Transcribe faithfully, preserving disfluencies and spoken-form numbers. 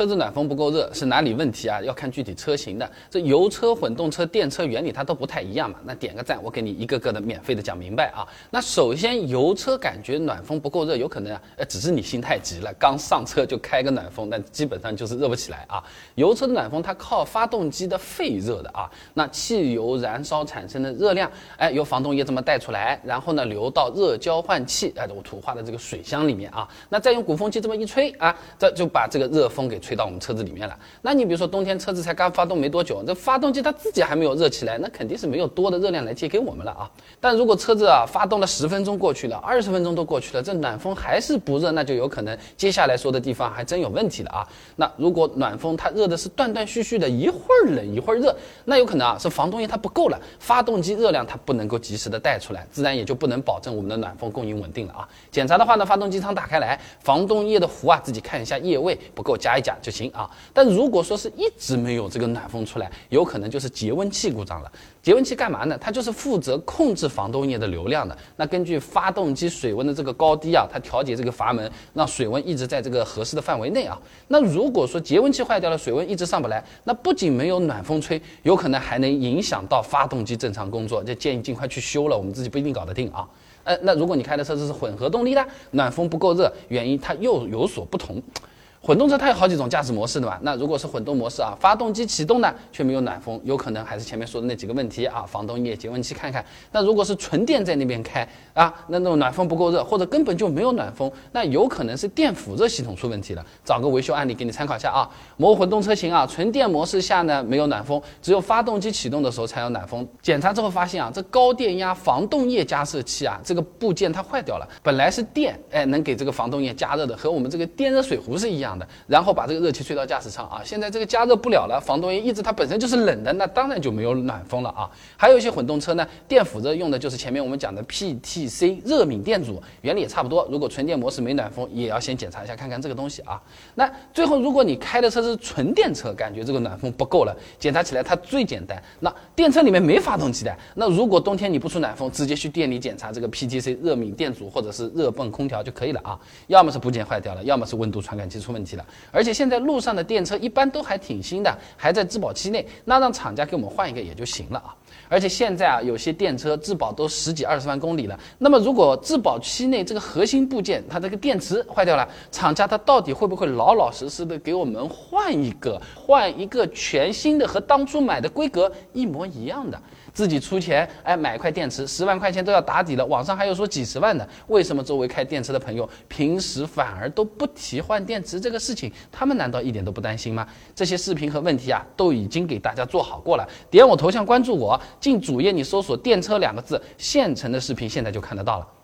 车子暖风不够热是哪里问题啊？要看具体车型的。这油车、混动车、电车原理它都不太一样嘛。那点个赞，我给你一个个的免费的讲明白啊。那首先，油车感觉暖风不够热，有可能啊，呃，只是你心太急了，刚上车就开个暖风，但基本上就是热不起来啊。油车的暖风它靠发动机的废热的啊，那汽油燃烧产生的热量，哎，由防冻液这么带出来，然后呢流到热交换器，哎，我图画的这个水箱里面啊，那再用鼓风机这么一吹啊，这就把这个热风给吹到我们车子里面了。那你比如说冬天车子才刚发动没多久，这发动机它自己还没有热起来，那肯定是没有多的热量来借给我们了啊。但如果车子啊发动了十分钟过去了，二十分钟都过去了，这暖风还是不热，那就有可能接下来说的地方还真有问题了啊。那如果暖风它热的是断断续续的，一会儿冷一会儿热，那有可能啊是防冻液它不够了，发动机热量它不能够及时的带出来，自然也就不能保证我们的暖风供应稳定了啊。检查的话呢，发动机舱打开来，防冻液的壶啊自己看一下液位不够加一加就行啊。但如果说是一直没有这个暖风出来，有可能就是节温器故障了。节温器干嘛呢？它就是负责控制防冻液的流量的。那根据发动机水温的这个高低啊，它调节这个阀门，让水温一直在这个合适的范围内啊。那如果说节温器坏掉了，水温一直上不来，那不仅没有暖风吹，有可能还能影响到发动机正常工作，就建议尽快去修了，我们自己不一定搞得定啊。呃，那如果你开的车子是混合动力的，暖风不够热，原因它又有所不同。混动车它有好几种驾驶模式的嘛，那如果是混动模式啊，发动机启动呢却没有暖风，有可能还是前面说的那几个问题啊，防冻液、节温器看看。那如果是纯电在那边开啊，那那种暖风不够热，或者根本就没有暖风，那有可能是电辅热系统出问题了。找个维修案例给你参考一下啊。某混动车型啊，纯电模式下呢没有暖风，只有发动机启动的时候才有暖风。检查之后发现啊，这高电压防冻液加湿器啊，这个部件它坏掉了，本来是电哎能给这个防冻液加热的，和我们这个电热水壶是一样的。然后把这个热气吹到驾驶舱啊，现在这个加热不了了，防冻液一直它本身就是冷的，那当然就没有暖风了啊。还有一些混动车呢，电辅热用的就是前面我们讲的 P T C 热敏电阻，原理也差不多。如果纯电模式没暖风，也要先检查一下看看这个东西啊。那最后如果你开的车是纯电车，感觉这个暖风不够了，检查起来它最简单。那电车里面没发动机的，那如果冬天你不出暖风，直接去店里检查这个 P T C 热敏电阻或者是热泵空调就可以了啊。要么是部件坏掉了，要么是温度传感器出问题了。而且现在路上的电车一般都还挺新的，还在质保期内，那让厂家给我们换一个也就行了啊。而且现在啊，有些电车质保都十几二十万公里了，那么如果质保期内这个核心部件它这个电池坏掉了，厂家它到底会不会老老实实的给我们换一个，换一个全新的和当初买的规格一模一样的？自己出钱，哎，买一块电池，十万块钱都要打底了，网上还有说几十万的，为什么周围开电车的朋友平时反而都不提换电池这个事情？他们难道一点都不担心吗？这些视频和问题啊，都已经给大家做好过了。点我头像关注我，进主页你搜索电车两个字，现成的视频现在就看得到了。